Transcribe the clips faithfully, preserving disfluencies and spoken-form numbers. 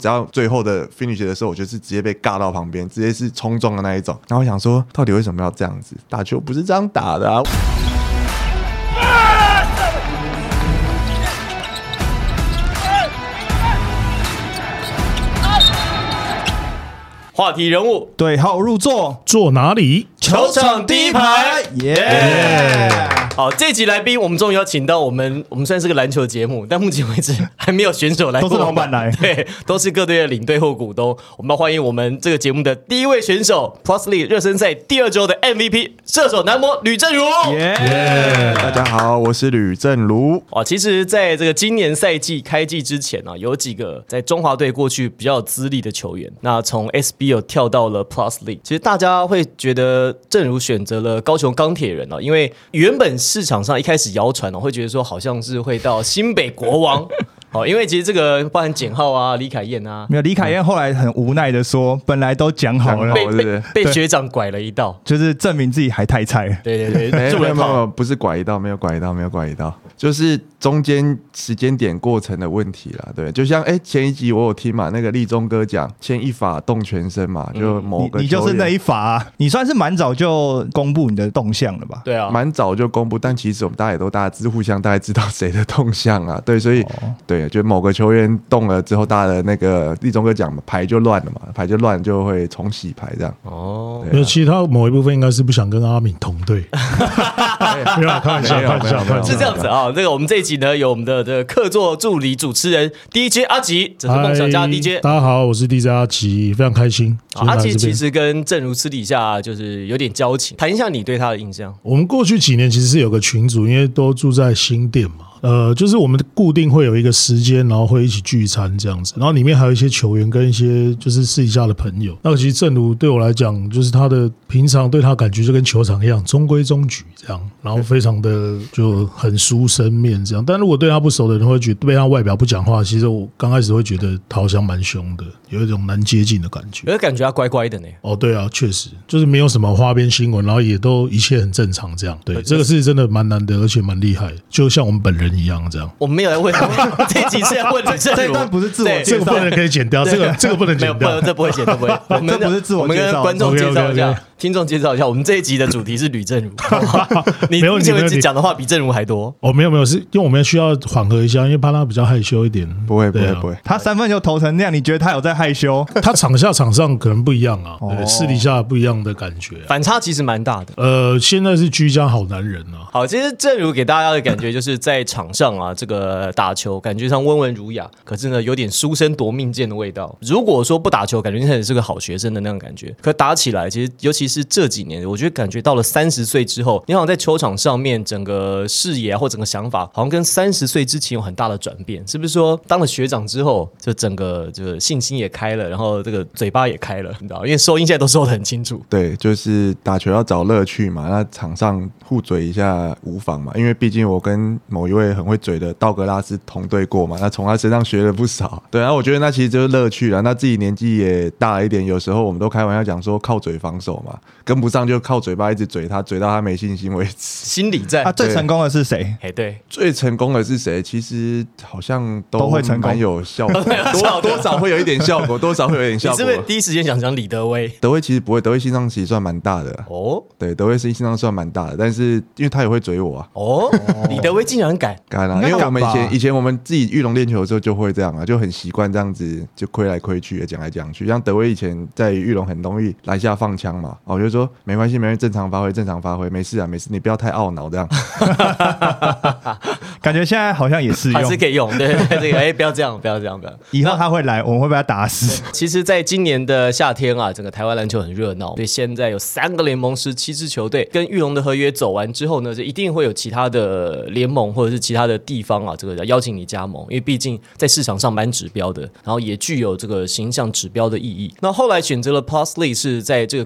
只要最后的 finish 的时候，我就是直接被尬到旁边，直接是冲撞的那一种。然后我想说，到底为什么要这样子？打球不是这样打的啊！ 话题人物对号入座， 坐哪里？ 球场第一排， 耶、 yeah! 好，这集来宾我们终于要请到我们，我们虽然是个篮球节目，但目前为止还没有选手来过， 都是老板来， 对，都是各队的领队或股东。我们要欢迎我们这个节目的第一位选手 ，Plus League 热身赛第二周的 M V P 射手男模吕正如。 耶、 yeah! 大家好，我是吕正如。 哦，其实在这个今年赛季开季之前呢、啊，有几个在中华队过去比较有资历的球员，那从 S B L 跳到了 Plus League， 其实大家会觉得正如选择了高雄钢铁人啊，因为原本市场上一开始谣传哦，会觉得说好像是会到新北国王。哦，因为其实这个包含简浩啊、李凯燕啊， 没有李凯燕后来很无奈的说，本来都讲好了， 被被被学长拐了一道， 就是证明自己还太菜。 对对对， 没有没有没有，不是拐一道，没有拐一道，没有拐一道，就是中间时间点过程的问题啦。对，就像哎、欸、前一集我有听嘛，那个立中哥讲牵一发动全身嘛，就某个、 嗯、你, 你就是那一发、啊，你算是蛮早就公布你的动向了吧？ 对啊， 蛮早就公布，但其实我们大家也都大家知互相大概知道谁的动向啊。对，所以、哦、对，就某个球员动了之后，大家的那个立中哥讲嘛，牌就乱了嘛，牌就乱就会重洗牌这样。 哦， 没有，其他某一部分应该是不想跟阿敏同队。没有，开玩笑，开玩笑，开玩笑， 是这样子啊。这个我们这一集呢，有我们的这个客座助理主持人 D J 阿吉，这是梦想家 D J。 大家好，我是 D J 阿吉，非常开心。 阿吉其实跟正如私底下就是有点交情，谈一下你对他的印象。 我们过去几年其实是有个群组，因为都住在新店嘛。呃，就是我们固定会有一个时间，然后会一起聚餐这样子，然后里面还有一些球员跟一些就是私底下的朋友。那其实正如对我来讲，就是他的平常对他感觉就跟球场一样，中规中矩这样，然后非常的就很书生面这样。但如果对他不熟的人会觉得对他外表不讲话，其实我刚开始会觉得他好像蛮凶的，有一种难接近的感觉。 我感觉他乖乖的呢。 哦，对啊，确实就是没有什么花边新闻，然后也都一切很正常这样。对，这个是真的蛮难得，而且蛮厉害的，就像我们本人一样这样。 我们没有来问这集是要问的正如， 这一段不是自我介绍， 这个不能可以剪掉，这个这个不能剪掉， 没有，这不会剪，这不会。我们这不是自我介绍， 我们跟观众介绍一下， okay, okay, okay. 听众介绍一下，我们这一集的主题是吕正如。你没有， 目前为止讲的话比正如还多。 哦，没有没有，是因为我们需要缓和一下，因为怕他比较害羞一点。 不会不会不会， 他三分球投成那样，你觉得他有在害羞？ 他场下场上可能不一样啊，对，私底下不一样的感觉， 反差其实蛮大的。 呃，现在是居家好男人啊。 好，其实正如给大家的感觉就是在场上啊，这个打球感觉上温文儒雅，可是呢有点书生夺命剑的味道。如果说不打球，感觉你是个好学生的那种感觉。可打起来，其实尤其是这几年，我觉得感觉到了三十岁之后，你好像在球场上面整个视野啊或整个想法，好像跟三十岁之前有很大的转变。是不是说当了学长之后，就整个就信心也开了，然后这个嘴巴也开了，你知道？因为收音现在都收得很清楚。 对，就是打球要找乐趣嘛，那场上互嘴一下无妨嘛，因为毕竟我跟某一位很会嘴的道格拉斯同队过嘛，那从他身上学了不少。对啊，我觉得那其实就是乐趣啦。那自己年纪也大了一点，有时候我们都开玩笑讲说靠嘴防守嘛，跟不上就靠嘴巴一直嘴他，嘴到他没信心为止。 心理战啊，最成功的是谁？ 哎，对， 最成功的是谁？其实好像都都会成功， 蛮有效果，多多少会有一点效果，多少会有点效果。 你是不是第一时间想讲李德威？ 德威其实不会，德威心脏其实算蛮大的哦。 对，德威心脏算蛮大的，但是因为他也会嘴我啊。 哦，李德威竟然敢敢啊！因为我们以前以前我们自己玉龙练球的时候就会这样啊，就很习惯这样子就亏来亏去的讲来讲去。像德威以前在玉龙很容易篮下放枪嘛，我就说没关系，没关系，正常发挥，正常发挥，没事啊，没事，你不要太懊恼这样。 感觉现在好像也适用， 还是可以用。对对对，哎，不要这样，不要这样，不要。 以后他会来，我们会被他打死。 其实，在今年的夏天啊，整个台湾篮球很热闹。所以现在有三个联盟十七支球队跟玉龙的合约走完之后呢，就一定会有其他的联盟或者是其他的地方啊，这个邀请你加盟，因为毕竟在市场上蛮指标的，然后也具有这个形象指标的意义。那后来选择了 Plus League 是在这个中间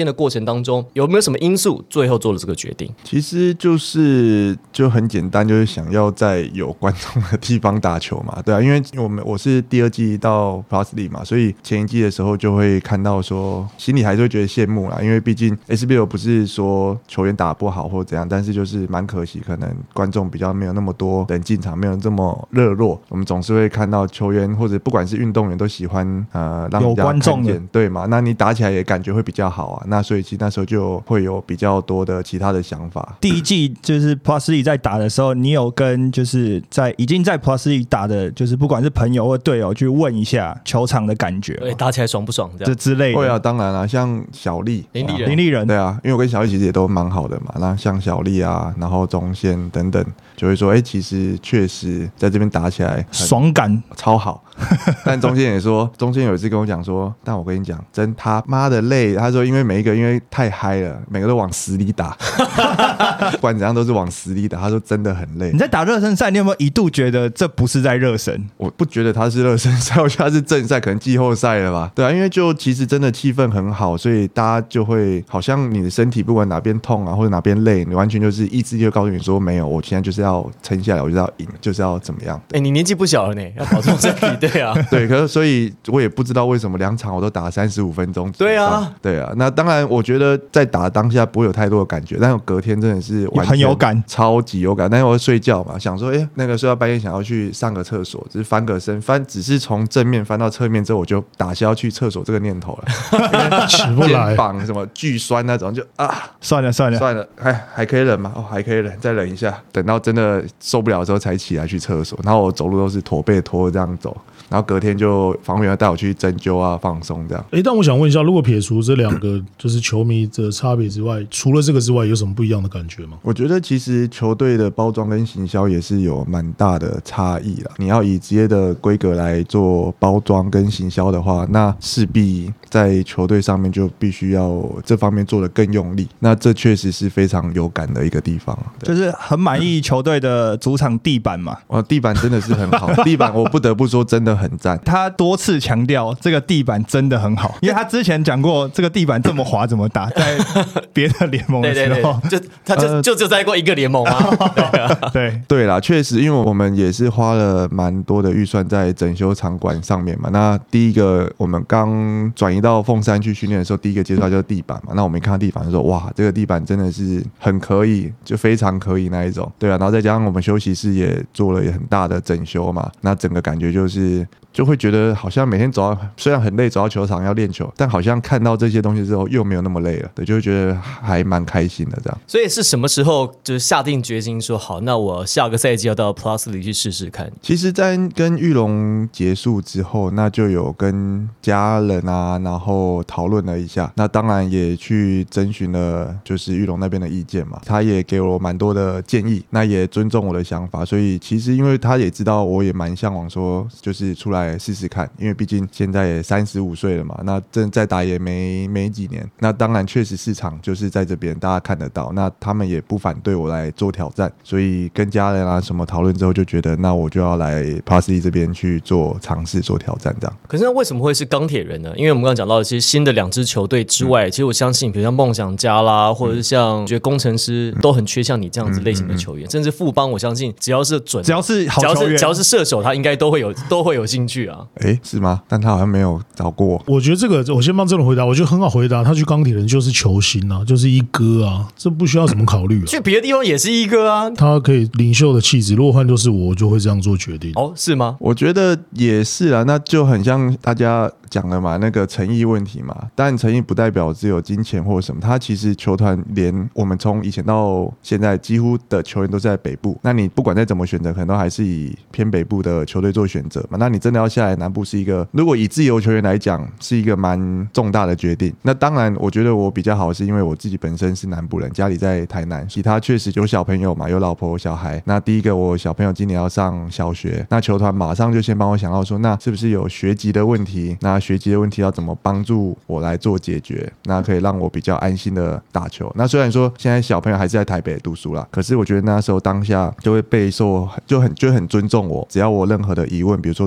签的过程当中，有没有什么因素最后做了这个决定？ 其实就是就很简单，就是想要在有观众的地方打球嘛，对啊，因为我们我是第二季到 Plus League 嘛，所以前一季的时候就会看到说，心里还是会觉得羡慕啦，因为毕竟 S B L 不是说球员打不好或怎样，但是就是蛮可惜，可能观众比较没有那么多人进场，没有这么热络。我们总是会看到球员或者不管是运动员都喜欢呃让人家看见，有观众的，对嘛？那你打起来也感觉会比较好啊。那所以其实那时候就会有比较多的其他的想法。 第一季就是 Plus League 在打的时候，你有跟就是在已经在 Plus League 打的，就是不管是朋友或队友去问一下球场的感觉， 对，打起来爽不爽这样这之类的。 会啊，当然啦、啊，像小丽、 林立人、 林立人， 对啊，因为我跟小丽其实也都蛮好的嘛。那像小丽啊，然后中线等等，就会说，哎、欸，其实确实在这边打起来爽感超好。但中间也说，中间有一次跟我讲说，但我跟你讲，真他妈的累。他说，因为每一个因为太嗨了，每个都往死里打，不管怎样都是往死里打。他说真的很累。 你在打热身赛，你有没有一度觉得这不是在热身？ 我不觉得他是热身赛，我觉得他是正赛，可能季后赛了吧？对啊，因为就其实真的气氛很好，所以大家就会好像你的身体不管哪边痛啊，或者哪边累，你完全就是意志力就告诉你说，没有，我现在就是要撑下来，我就是要赢，就是要怎么样？ 哎、欸，你年纪不小了呢，要保重身体。对啊， 对，可是所以我也不知道为什么两场我都打三十五分钟。 对啊， 对啊。那当然，我觉得在打当下不会有太多的感觉，但是我隔天真的是完全很有感， 超级有感。但是我会睡觉嘛，想说，哎、欸，那个睡到半夜想要去上个厕所，只是翻个身，翻只是从正面翻到侧面之后，我就打消去厕所这个念头了， 起不来， 肩膀什么巨酸那种，就啊， 算了算了算了，还还可以忍吗？哦，还可以忍，再忍一下，等到真的受不了的时候才起来去厕所。然后我走路都是驼背拖这样走。然后隔天就防护员带我去针灸啊，放松这样。 哎，但我想问一下，如果撇除这两个就是球迷的差别之外，除了这个之外，有什么不一样的感觉吗？ 我觉得其实球队的包装跟行销也是有蛮大的差异啦。你要以职业的规格来做包装跟行销的话，那势必在球队上面就必须要这方面做得更用力。那这确实是非常有感的一个地方， 就是很满意球队的主场地板嘛。 哦，地板真的是很好，地板我不得不说真的很赞。 他多次强调这个地板真的很好，因为他之前讲过这个地板这么滑怎么打，在别的联盟的时候， 对对对，就他就、呃、就只在过一个联盟啊。对啊， 对对啦，确实，因为我们也是花了蛮多的预算在整修场馆上面嘛。那第一个我们刚转移到凤山去训练的时候，第一个介绍就是地板嘛。那我们一看到地板就说，哇，这个地板真的是很可以，就非常可以那一种。对啊，然后再加上我们休息室也做了很大的整修嘛，那整个感觉就是就会觉得好像每天走到，虽然很累，走到球场要练球，但好像看到这些东西之后又没有那么累了，对，就会觉得还蛮开心的这样。 所以是什么时候就是下定决心说好，那我下个赛季要到 Plus 里去试试看？ 其实，在跟玉龙结束之后，那就有跟家人啊，然后讨论了一下，那当然也去征询了就是玉龙那边的意见嘛，他也给我蛮多的建议，那也尊重我的想法，所以其实因为他也知道我也蛮向往说就是出来试试看，因为毕竟现在也三十五岁了嘛，那真再打也没没几年，那当然确实市场就是在这边大家看得到，那他们也不反对我来做挑战，所以跟家人啊什么讨论之后就觉得那我就要来 Plus League 这边去做尝试做挑战这样。 可是那为什么会是钢铁人呢？因为我们刚刚讲到的其实新的两支球队之外、嗯、其实我相信比如像梦想家啦，或者是像觉得工程师都很缺像你这样子类型的球员、嗯嗯嗯、甚至富邦我相信只要是准只要是好球员只要是射手他应该都会有都会有兴趣啊。 哎，是吗？但他好像没有找过我。 我觉得这个我先帮郑龙回答，我觉得很好回答，他去钢铁人就是球星啊，就是一哥啊，这不需要什么考虑、啊、 去别的地方也是一哥啊， 他可以领袖的气质，如果换作是我，我就会这样做决定。 哦，是吗？ 我觉得也是啊，那就很像大家讲的嘛，那个诚意问题嘛。但诚意不代表只有金钱或什么，他其实球团连我们从以前到现在几乎的球员都是在北部，那你不管再怎么选择，可能都还是以偏北部的球队做选择嘛。那你真的要下来南部是一个，如果以自由球员来讲，是一个蛮重大的决定。那当然，我觉得我比较好，是因为我自己本身是南部人，家里在台南，其他确实有小朋友嘛，有老婆有小孩。那第一个，我小朋友今年要上小学，那球团马上就先帮我想到说，那是不是有学籍的问题？那学籍的问题要怎么帮助我来做解决？那可以让我比较安心的打球。那虽然说现在小朋友还是在台北读书啦，可是我觉得那时候当下就会备受就很就很尊重我，只要我任何的疑问，比如说住宿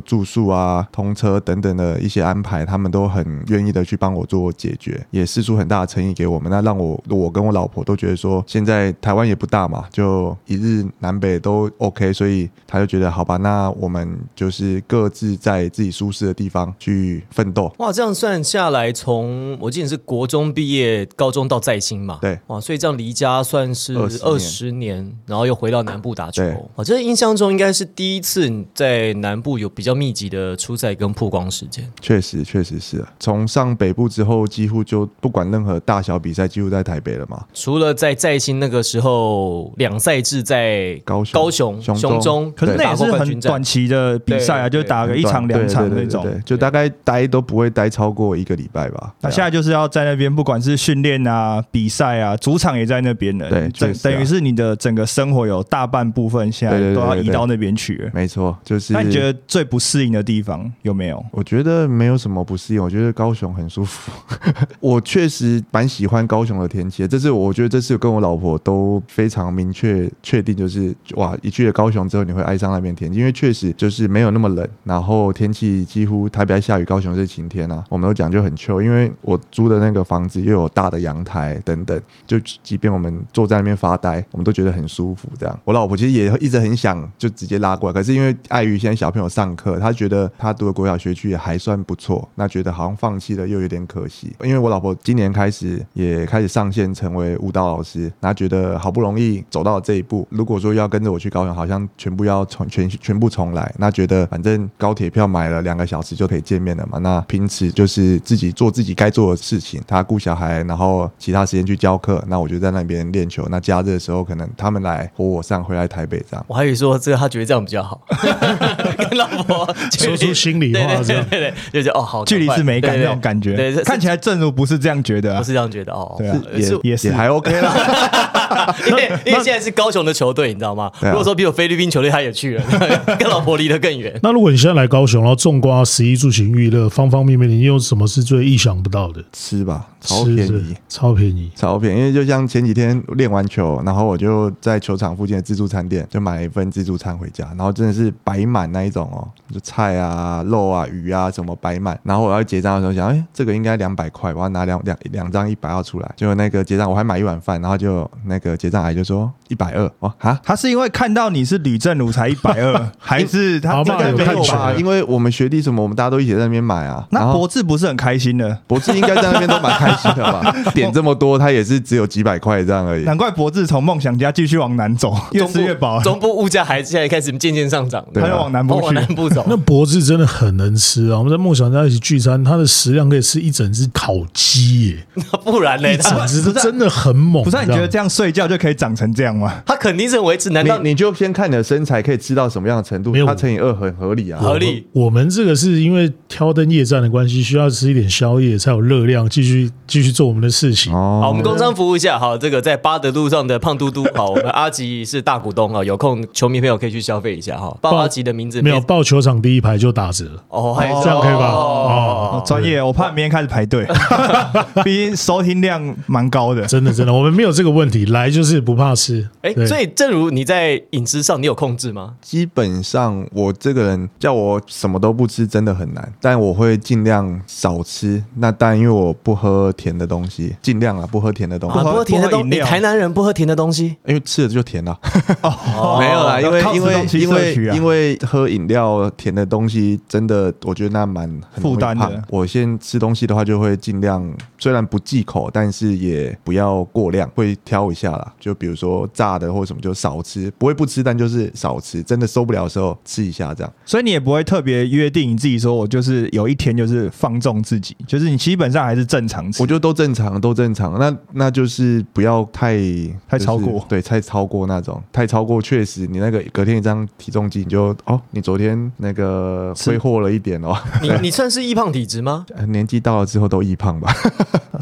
宿啊、通车等等的一些安排，他们都很愿意的去帮我做解决，也释出很大的诚意给我们。那让我我跟我老婆都觉得说，现在台湾也不大嘛，就一日南北都 OK， 所以他就觉得好吧，那我们就是各自在自己舒适的地方去奋斗。 哇，这样算下来，从我记得你是国中毕业，高中到在新嘛， 对， 哇，所以这样离家算是二十年，然后又回到南部打球。哇，这印象中应该是第一次你在南部有比较密集的出赛跟曝光时间。 确实，确实是啊。从上北部之后，几乎就不管任何大小比赛，几乎在台北了嘛。 除了在在新那个时候两赛制在高雄、高雄、雄中，中可是那也是很短期的比赛啊，就打个一场两场那种， 就大概待都不会待超过一个礼拜吧。 那现在就是要在那边，不管是训练啊、比赛啊，主场也在那边了， 对， 等等于是你的整个生活有大半部分现在都要移到那边去了。 没错，就是。 那你觉得最不适应的地方有没有？ 我觉得没有什么不适应，我觉得高雄很舒服。我确实蛮喜欢高雄的天气，这是我觉得这次跟我老婆都非常明确确定，就是哇，一去了高雄之后你会爱上那边天气，因为确实就是没有那么冷，然后天气几乎台北下雨，高雄是晴天啊，我们都讲就很 chill， 因为我租的那个房子又有大的阳台等等，就即便我们坐在那边发呆，我们都觉得很舒服。这样，我老婆其实也一直很想就直接拉过来，可是因为碍于现在小朋友上课，她觉得她读的国小学区也还算不错，那觉得好像放弃了又有点可惜。因为我老婆今年开始也开始上线成为舞蹈老师，那觉得好不容易走到这一步，如果说要跟着我去高雄，好像全部要从全全部重来，那觉得反正高铁票买了两个小时就可以见面了嘛，那平时就是自己做自己该做的事情，他顾小孩，然后其他时间去教课，那我就在那边练球，那假日的时候可能他们来或我上回来台北这样。 我还以为说这个他觉得这样比较好，跟老婆说出心里话，这样对对对，就是哦好， 距离是美感那种感觉，对对，看起来正如不是这样觉得， 不是这样觉得哦， 对啊， 也也是也还 OK 啦， 因为因为现在是高雄的球队，你知道吗？如果说比如菲律宾球队他也去了，跟老婆离得更远。 那如果你现在来高雄，然后纵观食衣住行娱乐方方面面，你有什么是最意想不到的？ 吃吧，超便宜， 超便宜， 超便宜。因为就像前几天练完球，然后我就在球场附近的自助餐店就买了一份自助餐回家，然后真的是摆满那一种哦，就菜啊、肉啊、鱼啊什么摆满。然后我要结账的时候想，哎，这个应该两百块，我要拿两两两张一百二出来。结果那个结账我还买一碗饭，然后就那个结账阿姨就说一百二哦哈， 他是因为看到你是吕正如才一百二，还是他这个没有吧？因为我们学弟什么，我们大家都一起在那边买啊。 那博智不是很开心的？ 博智应该在那边都蛮开心的吧？点这么多，他也是只有几百块这样而已。 难怪博智从梦想家继续往南走，越吃越饱。 中部物价还现在开始渐渐上涨， 他就往南部去， 往南部走。 那博智真的很能吃啊！我们在梦想家一起聚餐，他的食量可以吃一整只烤鸡耶。 那不然呢？ 一整只真的很猛。 不是你觉得这样睡觉就可以长成这样吗？ 他肯定是很维持。难道你, 你就先看你的身材可以吃到什么样的程度？他乘以二很合理啊， 合理。 我们这个是因为挑灯夜战的关系，需要吃一点宵夜才有热量，继续继续做我们的事情。 哦、 好，我们工商服务一下。好，这个在八德路上的胖嘟嘟，好，我们阿吉是大股东啊，有空球迷朋友可以去消费一下哈。报阿吉的名字没有报球场第一排就打折哦，还这样可以吧？ 哦，专业，我怕明天开始排队，毕竟收听量蛮高的。 真的真的，我们没有这个问题，来就是不怕吃。 哎，所以正如你在饮食上你有控制吗？ 基本上我这个人叫我什么都不吃真的很难，但我会尽量少吃。那当然因为我不喝甜的东西，尽量啊不喝甜的东西。 啊、不喝甜的东西，你台南人不喝甜的东西， 因为吃了就甜了。 哦， 没有啦，因为因为因为、 啊、 因为喝饮料甜的东西真的，我觉得那蛮负担的。 我先吃东西的话，就会尽量虽然不忌口，但是也不要过量，会挑一下啦。就比如说炸的或什么就少吃，不会不吃，但就是少吃。真的受不了的时候吃一下这样。 所以你也不会特别约定你自己说，我就是有一天就是放纵自己，就是你基本上还是正常吃。 我觉得都正常，都正常。那那就是不要太太超过， 对，太超过那种，太超过确实你那个隔天一张体重计，你就哦，你昨天那个挥霍了一点哦。 你你算是易胖体质吗？ 年纪到了之后都易胖吧。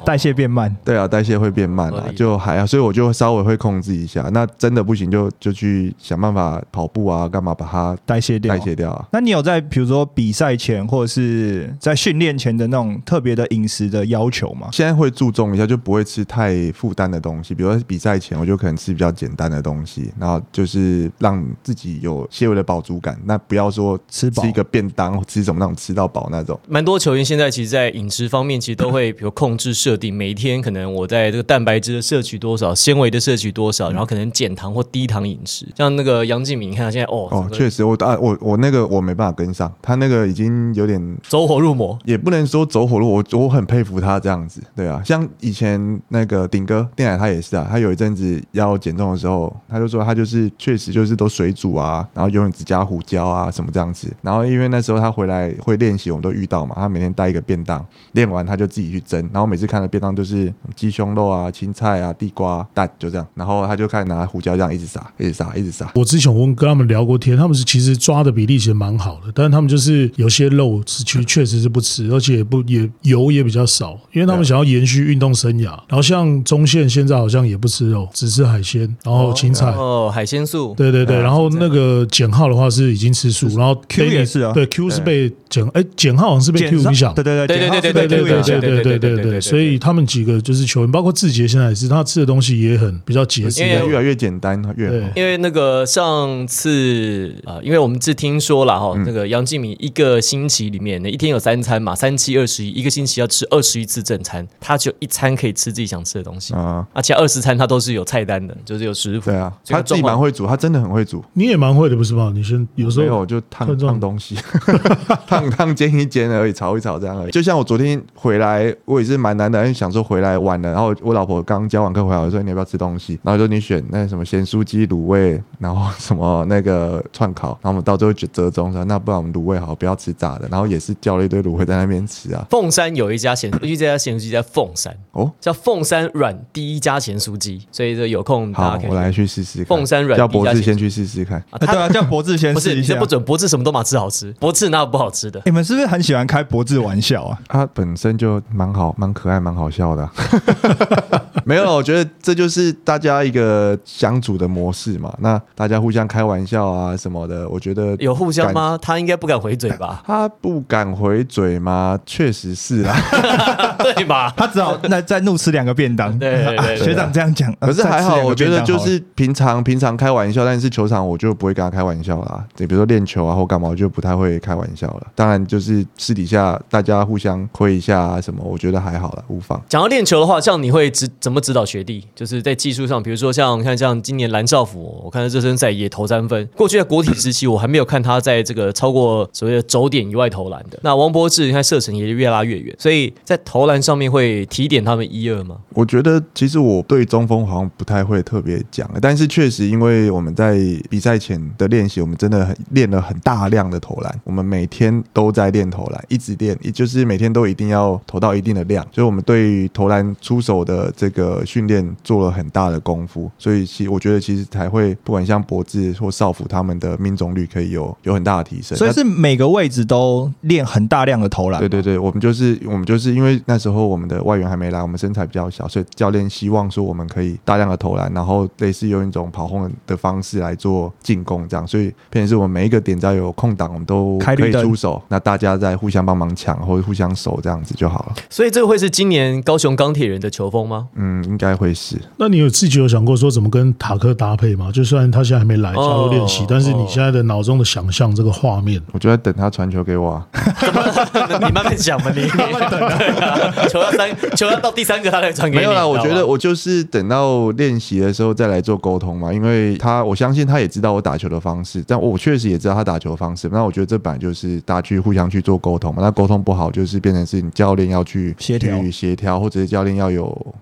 代谢变慢。 对啊，代谢会变慢啊，就还啊，所以我就稍微会控制一下。那真的不行就就去想办法跑步啊，干嘛把它代谢掉。 代谢掉啊。 那你有在比如说比赛前或者是在训练前的那种特别的饮食的要求吗？ 现在会注重一下，就不会吃太负担的东西。比如说比赛前，我就可能吃比较简单的东西，然后就是让自己有些微的饱足感。那不要说吃吃一个便当，吃什么那种吃到饱那种。 蛮多球员现在其实，在饮食方面其实都会，比如控制设定，每天可能我在这个蛋白质的摄取多少，纤维的摄取多少，然后可能减糖或低糖饮食。像那个杨敬敏，你看他现在哦哦，确实我啊我我那个我没办法跟上，他那个已经有点走火入魔， 也不能说走火入魔，我我很佩服他这样子，对啊，像以前那个顶哥电海他也是啊，他有一阵子要减重的时候，他就说他就是确实就是都水煮啊，然后永远只加胡椒啊什么这样子，然后因为那时候他回来会练习，我们都遇到嘛，他每天带一个便当，练完他就自己去蒸，然后每次看的便当就是鸡胸肉啊、青菜啊、地瓜、蛋就这样，然后他就开始拿胡椒这样一直撒、一直撒、一直撒。 我之前我跟他们聊过天，他们是其实抓的比例其实蛮好的，但是他们就是有些肉是其实确实是不吃，而且也不也油也比较少，因为他们想要延续运动生涯。然后像中线现在好像也不吃肉，只吃海鲜，然后青菜哦，海鲜素， 对对对，然后那个简浩的话是已经吃素，然后 Q 也是啊， 对 Q 是被简哎简浩好像是被 Q 影响， 对对对对对对对对对对对对对对，所以他们几个就是球员，包括志杰现在也是，他吃的东西也很比较节制， 越来越简单越好。 因为那个上次啊、呃，因为我们是听说了哈，嗯、那个杨敬敏一个星期里面，一天有三餐嘛，三七二十一，一个星期要吃二十一次正餐，他只有一餐可以吃自己想吃的东西啊，而且二十餐他都是有菜单的，就是有食谱。 对啊，他自己蛮会煮，他真的很会煮。 你也蛮会的不是吗？你先有时候没有就烫烫东西，烫烫煎一煎而已，炒一炒这样而已。就像我昨天回来，我也是蛮难的，因为想说回来晚了，然后我老婆刚教完课回来，我说你要不要吃东西？然后就你选那什么咸酥鸡、卤味，然后什么那个串烤，然后我们到最后折中说，那不然我们卤味好，不要吃炸的。然后也是叫了一堆卤味在那边吃啊。 凤山有一家咸，因为这家咸酥鸡在凤山哦，叫凤山软第一家咸酥鸡，所以这有空大家可以好，我来去试试看。 凤山软叫博智先去试试看啊，对啊，叫博智先试一下。 不是，这不准，博智什么都嘛吃好吃，博智哪有不好吃的？ 你们是不是很喜欢开博智玩笑啊？ 他本身就蛮好、蛮可爱、蛮好笑的、啊。没有，我觉得这就是大家一个相处的模式嘛。那大家互相开玩笑啊什么的，我觉得有互相吗？他应该不敢回嘴吧？ 他不敢回嘴吗？确实是啊， 对吧？ 他只好那再怒吃两个便当。 对对 对, 对， 学长这样讲， 可是还好，我觉得就是平常平常开玩笑，但是球场我就不会跟他开玩笑啦。比如说练球啊或干嘛，我就不太会开玩笑了。当然就是私底下大家互相亏一下啊什么，我觉得还好了，无妨。 讲到练球的话，像你会指怎么指导学弟？就是在技术上，比如说像看像今年蓝少辅，我看他热身赛也投三分。过去在国体时期，我还没有看他在这个超过所谓的轴点以外投篮的。那王柏智，你看射程也越拉越远，所以在投篮上面会提点他们一二吗？ 我觉得其实我对中锋好像不太会特别讲，但是确实因为我们在比赛前的练习，我们真的很练了很大量的投篮，我们每天都在练投篮，一直练，也就是每天都一定要投到一定的量，所以我们对于投篮出手的这个训练做了很大的功夫，所以其我觉得其实才会不管像博智或少辅他们的命中率可以有有很大的提升， 所以是每个位置都练很大量的投篮。 对对对，我们就是我们就是因为那时候我们的外援还没来，我们身材比较小，所以教练希望说我们可以大量的投篮，然后类似用一种跑轰的方式来做进攻，这样，所以变成是我们每一个点只要有空档，我们都可以出手，那大家再互相帮忙抢或者互相守这样子就好了。 所以这个会是今年高雄钢铁人的球风吗？ 嗯，应该会是。 那你有自己有想过说怎么跟塔克搭配吗？就算他现在还没来加入练习，哦、但是你现在的脑中的想象这个画面， 我就在等他传球给我啊。 你慢慢想吧，你慢慢等啊。球要三，球要到第三个他才传给你。 没有啦，我觉得我就是等到练习的时候再来做沟通嘛，因为他我相信他也知道我打球的方式，但我确实也知道他打球的方式。那我觉得这本来就是大家去互相去做沟通嘛。那沟通不好，就是变成是你教练要去协调、 协调，或者是教练要有方式。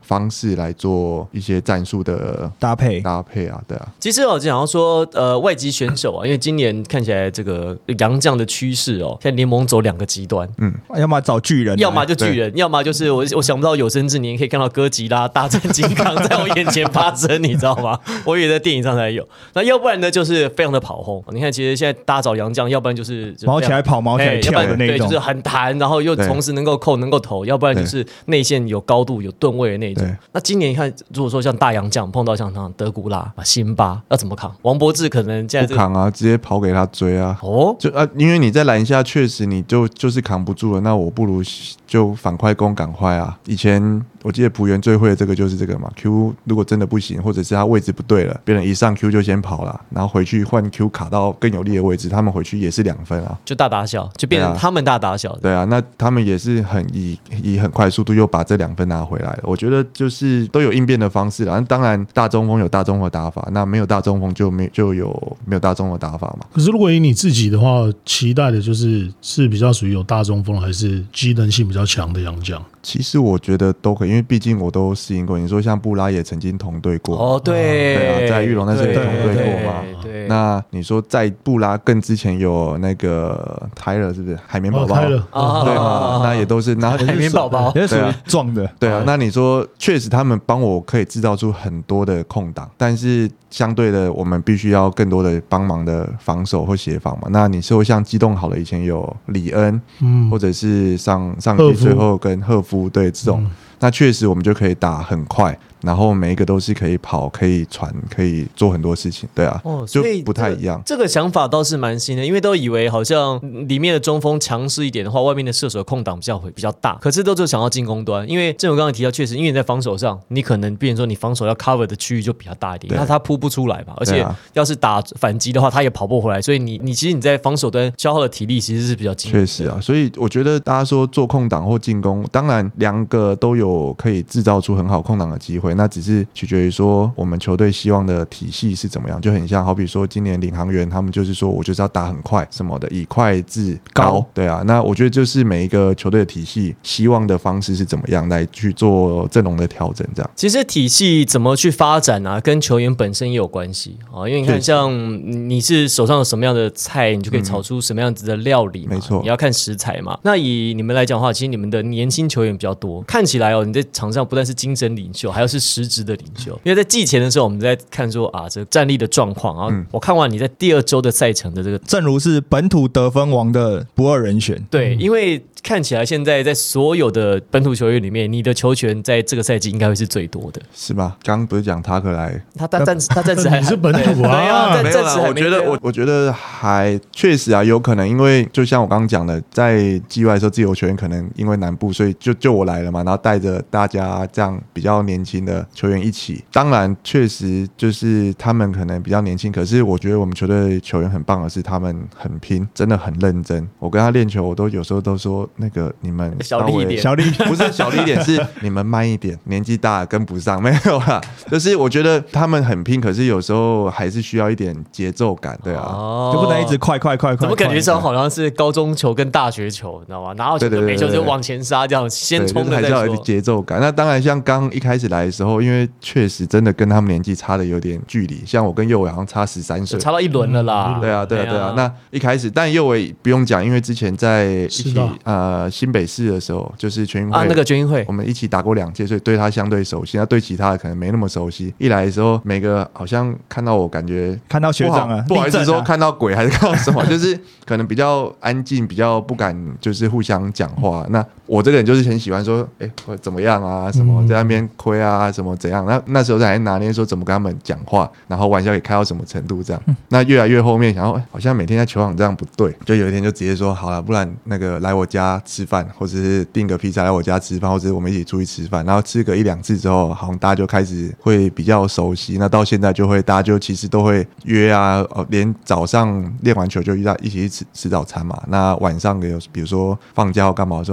式来做一些战术的搭配搭配啊，对啊。 其实我讲到说，呃，外籍选手啊，因为今年看起来这个洋将的趋势哦，现在联盟走两个极端， 嗯， 要么找巨人， 要么就巨人，要么就是我我想不到有生之年可以看到哥吉拉大战金刚在我眼前发生，你知道吗？我以为在电影上才有。那要不然呢，就是非常的跑轰。你看，其实现在大家找洋将，要不然就是毛起来跑、毛起来跳的那种， 对，就是很弹，然后又同时能够扣、能够投；要不然就是内线有高度、有吨位的那种。那今年你看，如果说像大洋将碰到像像德古拉、辛巴，要怎么扛？王柏智可能现在、这个、 不扛啊，直接跑给他追啊。 哦， 就啊，因为你在篮下确实你就就是扛不住了，那我不如就反快攻赶快啊。以前我记得璞园最会的这个就是这个嘛 ，Q 如果真的不行，或者是他位置不对了，别人一上 Q 就先跑了，然后回去换 Q 卡到更有利的位置，他们回去也是两分啊， 就大打小，就变成他们大打小。 对啊，那他们也是很以以很快速度又把这两分拿回来了。我觉得就是都有应变的方式啦。当然大中锋有大中锋的打法，那没有大中锋就没就有没有大中锋的打法嘛。 可是如果以你自己的话，期待的就是是比较属于有大中锋，还是机能性比较强的洋将？ 其实我觉得都可以，因为毕竟我都适应过。你说像布拉也曾经同队过哦，对， 对啊，在玉龙那时候也同队过嘛。 对， 那你说在布拉更之前有那个泰勒是不是海绵宝宝？ 泰勒对嘛，那也都是那海绵宝宝也属于壮的。 对啊，那你说确实他们帮我可以制造出很多的空档，但是相对的我们必须要更多的帮忙的防守或协防嘛。那你说像机动好了，以前有李恩，嗯，或者是上上季最后跟赫夫对这种。嗯，那确实我们就可以打很快，然后每一个都是可以跑、可以传、可以做很多事情，对啊，哦，就不太一样。 这个想法倒是蛮新的，因为都以为好像里面的中锋强势一点的话，外面的射手空档比较会比较大，可是都就想要进攻端，因为正如刚刚提到，确实因为你在防守上，你可能变成说你防守要 cover 的区域就比较大一点，那他扑不出来嘛，而且要是打反击的话，他也跑不回来，所以你你其实你在防守端消耗的体力其实是比较惊人的。 确实啊，所以我觉得大家说做空档或进攻，当然两个都有可以制造出很好空档的机会，那只是取决于说我们球队希望的体系是怎么样，就很像好比说今年领航员他们就是说我就是要打很快什么的，以快制高，对啊，那我觉得就是每一个球队的体系希望的方式是怎么样来去做阵容的调整，这样。 其实体系怎么去发展啊，跟球员本身也有关系啊，因为你看像你是手上有什么样的菜，你就可以炒出什么样子的料理嘛， 没错， 你要看食材嘛。那以你们来讲的话，其实你们的年轻球员比较多，看起来哦，你在场上不但是精神领袖，还要是实质的领袖。因为在季前的时候，我们在看说啊，这个战力的状况，然后我看完你在第二周的赛程的这个， 正如是本土得分王的不二人选。 对，因为看起来现在在所有的本土球员里面，你的球权在这个赛季应该会是最多的， 是吧？刚刚不是讲塔克莱， 他他暂时他暂时还是本土啊， 对啊， 没有啦，我觉得我我觉得还确实啊，有可能，因为就像我刚刚讲的，在季外的时候，自由球员可能因为南部，所以就就我来了嘛，然后带着大家这样比较年轻的球员一起。当然，确实就是他们可能比较年轻，可是我觉得我们球队球员很棒的是，他们很拼，真的很认真。我跟他练球，我都有时候都说，那个你们小力一点， 小力不是小力一点，是你们慢一点，年纪大了跟不上，没有啦。就是我觉得他们很拼，可是有时候还是需要一点节奏感，对啊， 哦、 就不能一直快快快快。 怎么感觉上好像是高中球跟大学球，你知道吗？拿到球就每球就往前杀，这样先冲的再说。 还是要有节奏感。那当然，像刚一开始来的时候，因为确实真的跟他们年纪差的有点距离，像我跟右伟好像差十三岁， 差到一轮了啦。 嗯、对啊，对啊，对啊。那一开始，但右伟不用讲，因为之前在一起呃新北市的时候，就是全运会啊，那个全运会， 我们一起打过两届，所以对他相对熟悉。他对其他的可能没那么熟悉。一来的时候，每个好像看到我，感觉看到学长啊， 不好意思说看到鬼还是看到什么，就是可能比较安静，比较不敢就是互相讲话。那我这个人就是很喜欢说，哎、欸，怎么样啊？什么在那边亏啊？什么怎样？那那时候才拿捏说怎么跟他们讲话，然后玩笑也开到什么程度这样。那越来越后面，想说、欸、好像每天在球场这样不对，就有一天就直接说好了，不然那个来我家吃饭，或者是订个披萨来我家吃饭，或者是我们一起出去吃饭，然后吃个一两次之后，好像大家就开始会比较熟悉。那到现在就会大家就其实都会约啊，哦，连早上练完球就一起去吃吃早餐嘛。那晚上有比如说放假或干嘛，说差不多。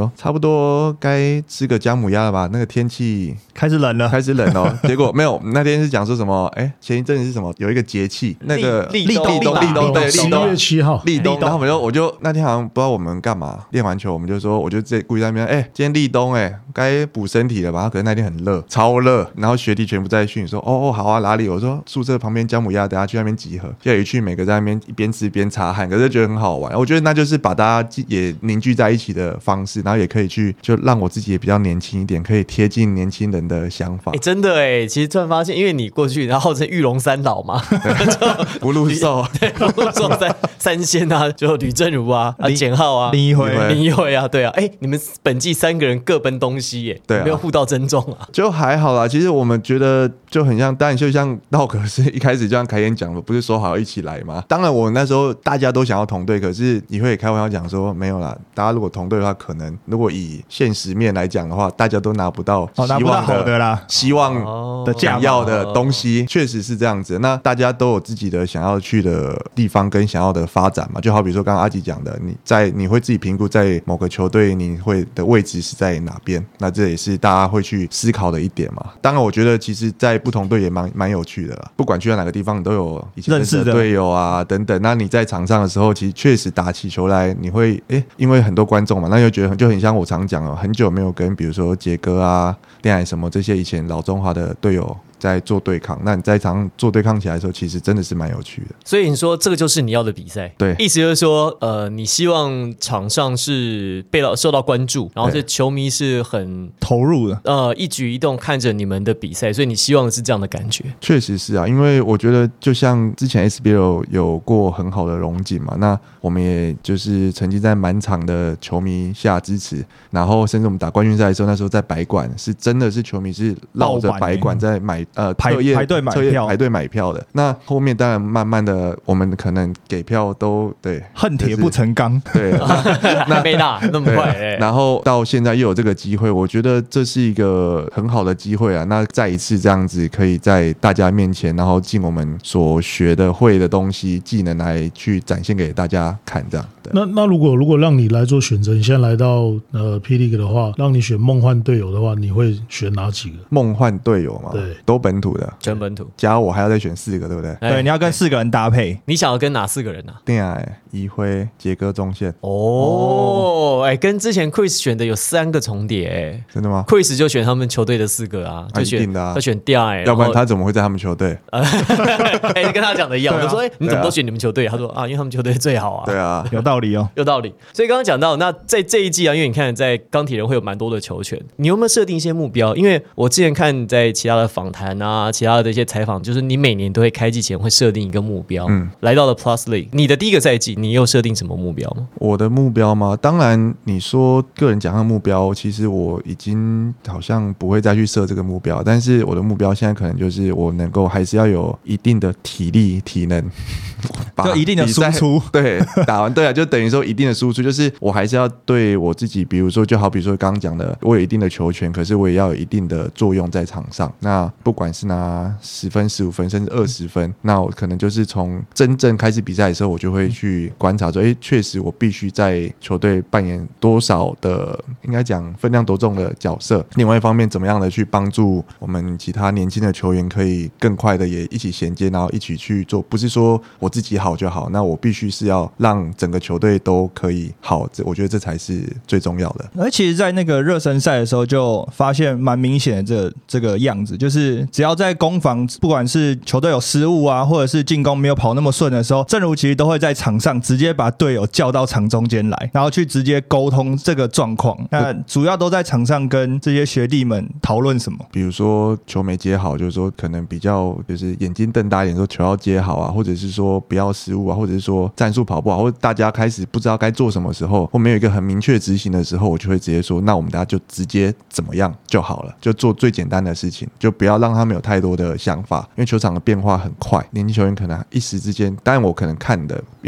说该吃个姜母鸭了吧？那个天气开始冷了， 开始冷哦。结果没有，那天是讲说什么？哎，前一阵子是什么？有一个节气，那个立立冬立冬立冬对立冬十月七号立冬，然后我们就我就那天好像不知道我们干嘛，练完球我们就说，我就在故意在那边，哎，今天立冬哎，该补身体了吧？可是那天很热，超热，然后学弟全部在训说，哦哦好啊，哪里？我说宿舍旁边姜母鸭，等下去那边集合。就一去每个在那边一边吃边擦汗，可是觉得很好玩。我觉得那就是把大家也凝聚在一起的方式，然后也可以去就让我自己也比较年轻一点，可以贴近年轻人的想法。 哎、欸，真的哎，其实突然发现，因为你过去然后号称玉龙三老嘛， 福禄寿， 对，福禄寿三三仙啊，就吕正如啊、啊简浩啊、 林一辉、 林一辉啊，对啊，哎、欸，你们本季三个人各奔东西耶， 对、啊， 没有互道珍重啊， 就还好啦。其实我们觉得就很像，当然就像道可是一开始就像凯燕讲的，不是说好一起来吗？当然我那时候大家都想要同队，可是你会开玩笑讲说没有啦，大家如果同队的话，可能如果以现实面来讲的话，大家都拿不到希望的、哦、拿不到好的啦，希望的想要的东西，确实是这样子。那大家都有自己的想要去的地方跟想要的发展嘛，就好比说刚刚阿吉讲的，你在你会自己评估在某个球队你会的位置是在哪边，那这也是大家会去思考的一点嘛。当然我觉得其实在不同队也蛮蛮有趣的啦，不管去到哪个地方你都有以前认识的队友啊等等，那你在场上的时候其实确实打起球来你会诶，因为很多观众嘛，那就觉得就很像我常讲哦，很久没有跟比如说杰哥啊、恋爱什么这些以前老中华的队友在做对抗，那你在场上做对抗起来的时候，其实真的是蛮有趣的。 所以你说这个就是你要的比赛， 对， 意思就是说，呃，你希望场上是被受到关注，然后是球迷是很投入的， 呃，一举一动看着你们的比赛，所以你希望是这样的感觉。 确实是啊，因为我觉得就像之前 S B L 有过很好的荣景嘛，那我们也就是曾经在满场的球迷下支持，然后甚至我们打冠军赛的时候，那时候在百馆是真的是球迷是绕着百馆在买。呃， 排排队买票， 排队买票的。那后面当然慢慢的，我们可能给票都对恨铁不成钢， 对， 那没打那么快、欸。 然后到现在又有这个机会，我觉得这是一个很好的机会啊。那再一次这样子，可以在大家面前，然后尽我们所学的、会的东西、技能来去展现给大家看，这样。 那那如果如果让你来做选择，你现在来到呃 P League 的话，让你选梦幻队友的话，你会选哪几个？ 梦幻队友嘛， 对， 都本土的， 全本土。 加我还要再选四个，对不对？ 对，你要跟四个人搭配。 你想要跟哪四个人啊？ 恋爱、一辉、杰哥、中线。 哦，哎、欸，跟之前 Chris 选的有三个重叠、欸， 真的吗 ？Chris 就选他们球队的四个啊，就选、 啊、一定的啊， 他选第二， 要不然他怎么会在他们球队？ 哎、欸，跟他讲的一样，我、啊、说，哎、欸，你怎么都选你们球队？他说啊，因为他们球队最好啊。 对啊， 有道理哦， 有道理。所以刚刚讲到，那在这一季啊，因为你看在钢铁人会有蛮多的球权，你有没有设定一些目标？因为我之前看在其他的访谈啊，其他的一些采访，就是你每年都会开季前会设定一个目标。嗯，来到了 Plus League， 你的第一个赛季，你有设定什么目标吗？ 我的目标吗？当然，你说个人奖项目标，其实我已经好像不会再去设这个目标，但是我的目标现在可能就是我能够还是要有一定的体力、体能， 就一定的输出。 对，打完对啊，就等于说一定的输出，就是我还是要对我自己，比如说就好比说刚刚讲的，我有一定的球权，可是我也要有一定的作用在场上。那不管是拿十分、十五分，甚至二十分，那我可能就是从真正开始比赛的时候，我就会去观察说，哎，确实我必须在球队扮演多少的，应该讲分量多重的角色。另外一方面，怎么样的去帮助我们其他年轻的球员可以更快的也一起衔接，然后一起去做，不是说我自己好就好，那我必须是要让整个球队都可以好，这我觉得这才是最重要的。 而其实在那个热身赛的时候就发现蛮明显的这个这个样子，就是只要在攻防不管是球队有失误啊，或者是进攻没有跑那么顺的时候，正如其实都会在场上直接把队友叫到场中间来，然后去直接沟通这个状况。那主要都在场上跟这些学弟们讨论什么？ 比如说球没接好，就是说可能比较就是眼睛瞪大一点，说球要接好啊，或者是说不要失误啊，或者是说战术跑不好，或者大家开始不知道该做什么时候，或没有一个很明确执行的时候，我就会直接说，那我们大家就直接怎么样就好了，就做最简单的事情，就不要让他们有太多的想法，因为球场的变化很快，年轻球员可能一时之间，当然我可能看的，因为经验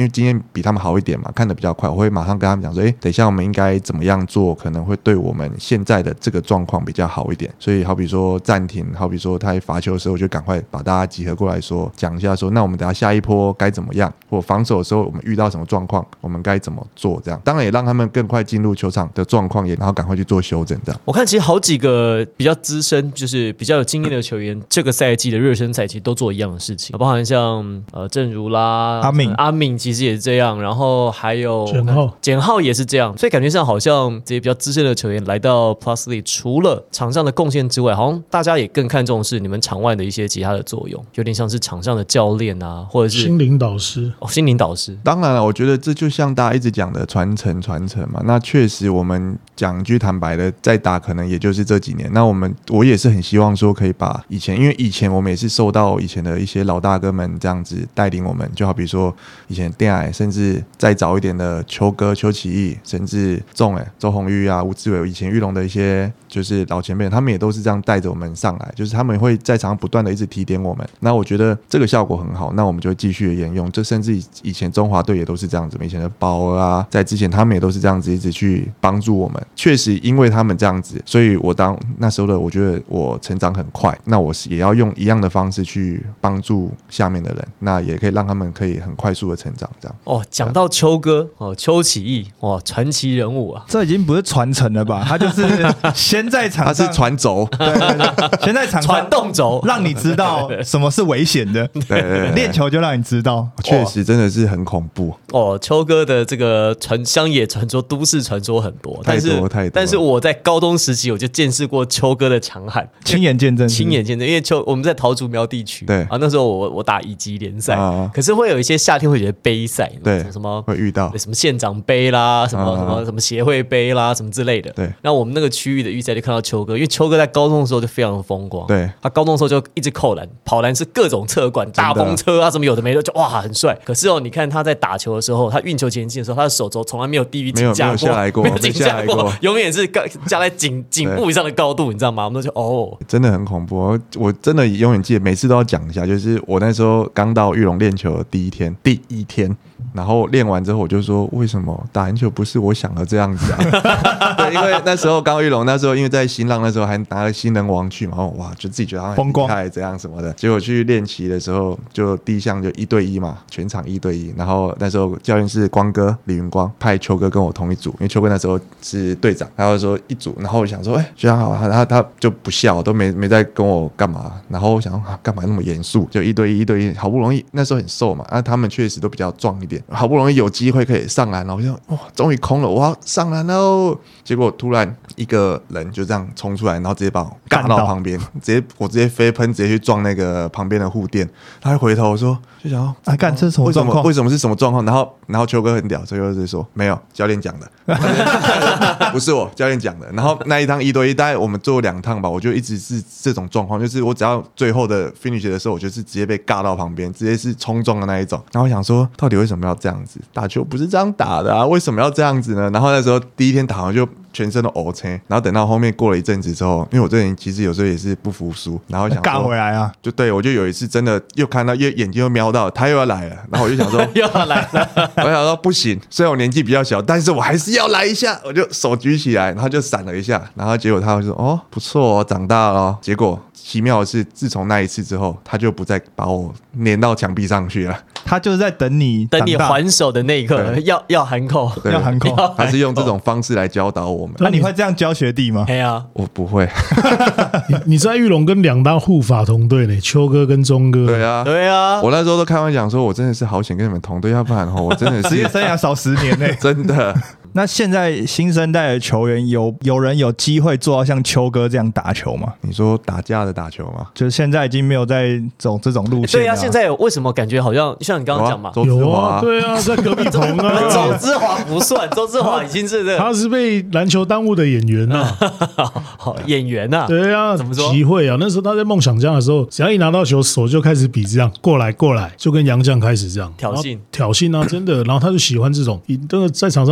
比他们好一点嘛，看得比较快，我会马上跟他们讲说，哎，等一下我们应该怎么样做，可能会对我们现在的这个状况比较好一点。所以好比说暂停，好比说他罚球的时候，我就赶快把大家集合过来说，讲一下说，那我们等一下下一波该怎么样，或防守的时候我们遇到什么状况，我们该怎么做，这样当然也让他们更快进入球场的状况，也然后赶快去做修正。这样我看其实好几个比较资深，就是比较有经验的球员，这个赛季的热身赛其实都做一样的事情，包含像呃正如啦、 阿敏、 阿敏其实也是这样，然后还有简浩、 简浩也是这样，所以感觉上好像这些比较资深的球员来到 Plus League， 除了场上的贡献之外，好像大家也更看重是你们场外的一些其他的作用，有点像是场上的教练啊，或者是心灵导师哦，心灵导师。 当然了，我觉得这就像大家一直讲的传承传承嘛。那确实我们讲句坦白的，在打可能也就是这几年。那我们我也是很希望说可以把以前，因为以前我们也是受到以前的一些老大哥们这样子带领我们，就好比说以前电矮，甚至再早一点的邱哥、邱启义，甚至仲哎、周鸿祎啊、吴志伟，以前玉龙的一些就是老前辈，他们也都是这样带着我们上来，就是他们会在场上不断的一直提点我们。那我觉得这个效果很好，那我们就继续的沿用。这甚至以前中华队也都是这样子，以前的宝儿啊，在之前他们也都是这样子一直去帮助我们。确实因为他们这样子，所以我当那时候的我觉得我成长很快，那我也要用一样的方式去帮助下面的人，那也可以让他们可以很快速的成长。这样哦，讲到邱哥哦，邱启义哇，传奇人物啊， 这已经不是传承了吧？他就是先在场他上， 是传轴， 对对对，先在场上传动轴， 让你知道什么是危险的。 对对对， 练球就让你知道， 确实真的是很恐怖哦。邱哥的这个传乡野传说、都市传说很多， 太多但是太多。 但是我在高中时期我就见识过邱哥的强悍， 亲眼见证， 亲眼见证。因为邱我们在桃竹苗地区， 对啊，那时候我我打乙级联赛， 啊可是会有一些夏天会有些杯赛， 对， 什么会遇到什么县长杯啦，什么、 啊什么什么协会杯啦，什么之类的。 对， 那我们那个区域的预赛就看到邱哥，因为邱哥在高中的时候就非常的风光， 对， 他高中的时候就一直扣篮、跑篮是各种侧管、大风车啊，什么有的没的，就哇很帅。可是哦，你看他在打球的时候，他运球前进的时候，他的手肘从来没有低于颈架过， 没有没有下来过没有颈架没下来过永远是架在颈颈部以上的高度，你知道吗？我们都就哦， 真的很恐怖。我我真的永远记得，每次都要讲一下，就是我那时候刚到玉龙练球的第一天，第一天，然后练完之后我就说，为什么打篮球不是我想的这样子啊？对，因为那时候刚玉龙，那时候因为在新浪那时候还拿了新人王去嘛，哇，就自己觉得他很厉害，这样什么的。结果去练习的时候，就第一项就一对一嘛，全场一对一。然后那时候教练是光哥李云光，派邱哥跟我同一组，因为邱哥那时候是队长，他就说一组。然后我想说，哎、欸，学长好，他他他就不笑，都没没在跟我干嘛。然后我想啊，干嘛那么严肃？就一对一一对一，好不容易那时候很瘦嘛，啊，他们确实都比较壮一点，好不容易有机会可以上篮了，我就哇，终于空了，我要上篮喽！结果突然一个人就这样冲出来，然后直接把我尬到旁边，直接我直接飞喷，直接去撞那个旁边的护垫。他还回头说，就想要啊，干这是什么状况？ 为什么是什么状况？然后然后邱哥很屌，邱哥就说没有，教练讲的，不是我教练讲的。然后那一趟一对一，大概我们做两趟吧，我就一直是这种状况，就是我只要最后的 finish 的时候，我就是直接被尬到旁边，直接是冲撞的那一种。然后我想说，到底为什么要这样子？打球不是这样打的啊，为什么要这样子呢？然后那时候第一天打完就全身都 O K， 然后等到后面过了一阵子之后，因为我这人其实有时候也是不服输，然后想说尬回来啊， 就对我就有一次真的又看到，又眼睛又瞄到他又要来了，然后我就想说又要来了， 我想说不行，虽然我年纪比较小，但是我还是要来一下，我就手举起来，然后就闪了一下，然后结果他就说哦不错哦，长大了哦。结果奇妙的是，自从那一次之后，他就不再把我粘到墙壁上去了。 他就是在等你等你还手的那一刻，要要含扣， 要含扣， 他是用这种方式来教导我们。 那、啊、你会这样教学弟吗？ 哎呀， 我不会。 你你在玉龙跟两大护法同队呢，邱哥跟钟哥。 对啊， 对啊， 我那时候都开玩笑说，我真的是好险跟你们同队，要不然我真的是职业生涯少十年呢、欸， 真的。 那现在新生代的球员有有人有机会做到像邱哥这样打球吗？ 你说打架的打球吗？ 就是现在已经没有在走这种路线、啊。 对啊，现在为什么感觉好像像你刚刚讲嘛？ 有啊，对啊，在隔壁棚啊。 周之华不算，周之华已经是这， 他是被篮球耽误的演员啊， 演员啊。 对啊， 怎么说？ 机会啊！那时候他在梦想家的时候，只要一拿到球，手就开始比这样过来过来，就跟杨绛开始这样挑衅挑衅啊，真的。然后他就喜欢这种，真的在场上十分钟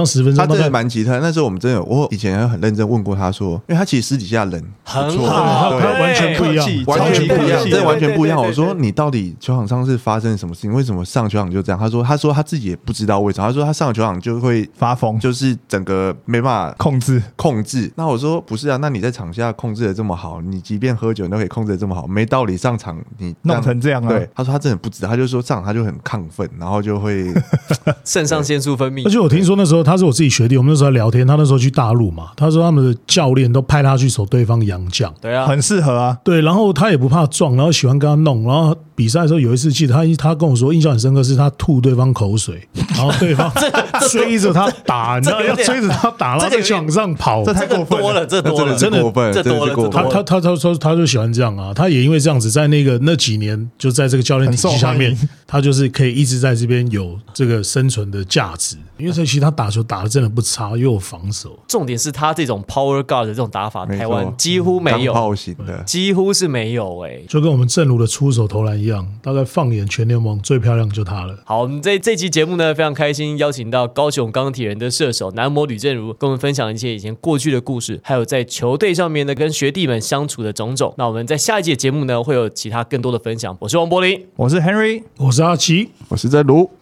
真的蛮奇特。那时候我们真的，我以前很认真问过他说，因为他其实私底下人很不错好， 对他完全不一样， 完全不一样，真的完全不一样。 对对对对对我说你到底球场上是发生什么事情？为什么上球场就这样？他说他说他自己也不知道为什么。他说他上球场就会发疯， 就是整个没办法控制控制。那我说不是啊，那你在场下控制的这么好，你即便喝酒你都可以控制的这么好，没道理上场你弄成这样啊。 对，他说他真的不知道，他就说上场他就很亢奋，然后就会肾上腺素分泌。 而且我听说那时候他是我自己学弟，我们那时候在聊天，他那时候去大陆嘛，他说他们的教练都派他去守对方洋将， 对啊， 很适合啊。 对，然后他也不怕撞，然后喜欢跟他弄，然后比赛的时候有一次记得他他跟我说印象很深刻，是他吐对方口水，然后对方追着他打，你知道要追着他打，然后在场上跑， 这太过分多了，这多了， 真的过分， 这多了， 他他他他说他就喜欢这样啊，他也因为这样子，在那个那几年就在这个教练体系下面，他就是可以一直在这边有这个生存的价值。因为其实他打球打的真的不差，又有防守。 重点是他这种 power guard 的这种打法，台湾几乎没有， 钢炮型的几乎是没有哎、欸， 就跟我们正如的出手投篮一样，大概放眼全联盟最漂亮就他了。 好，我们这这期节目呢非常开心，邀请到高雄钢铁人的射手男模吕正如，跟我们分享一些以前过去的故事，还有在球队上面呢跟学弟们相处的种种。那我们在下一集的节目呢会有其他更多的分享。我是王柏林， 我是 Henry， 我是阿奇， 我是在卢。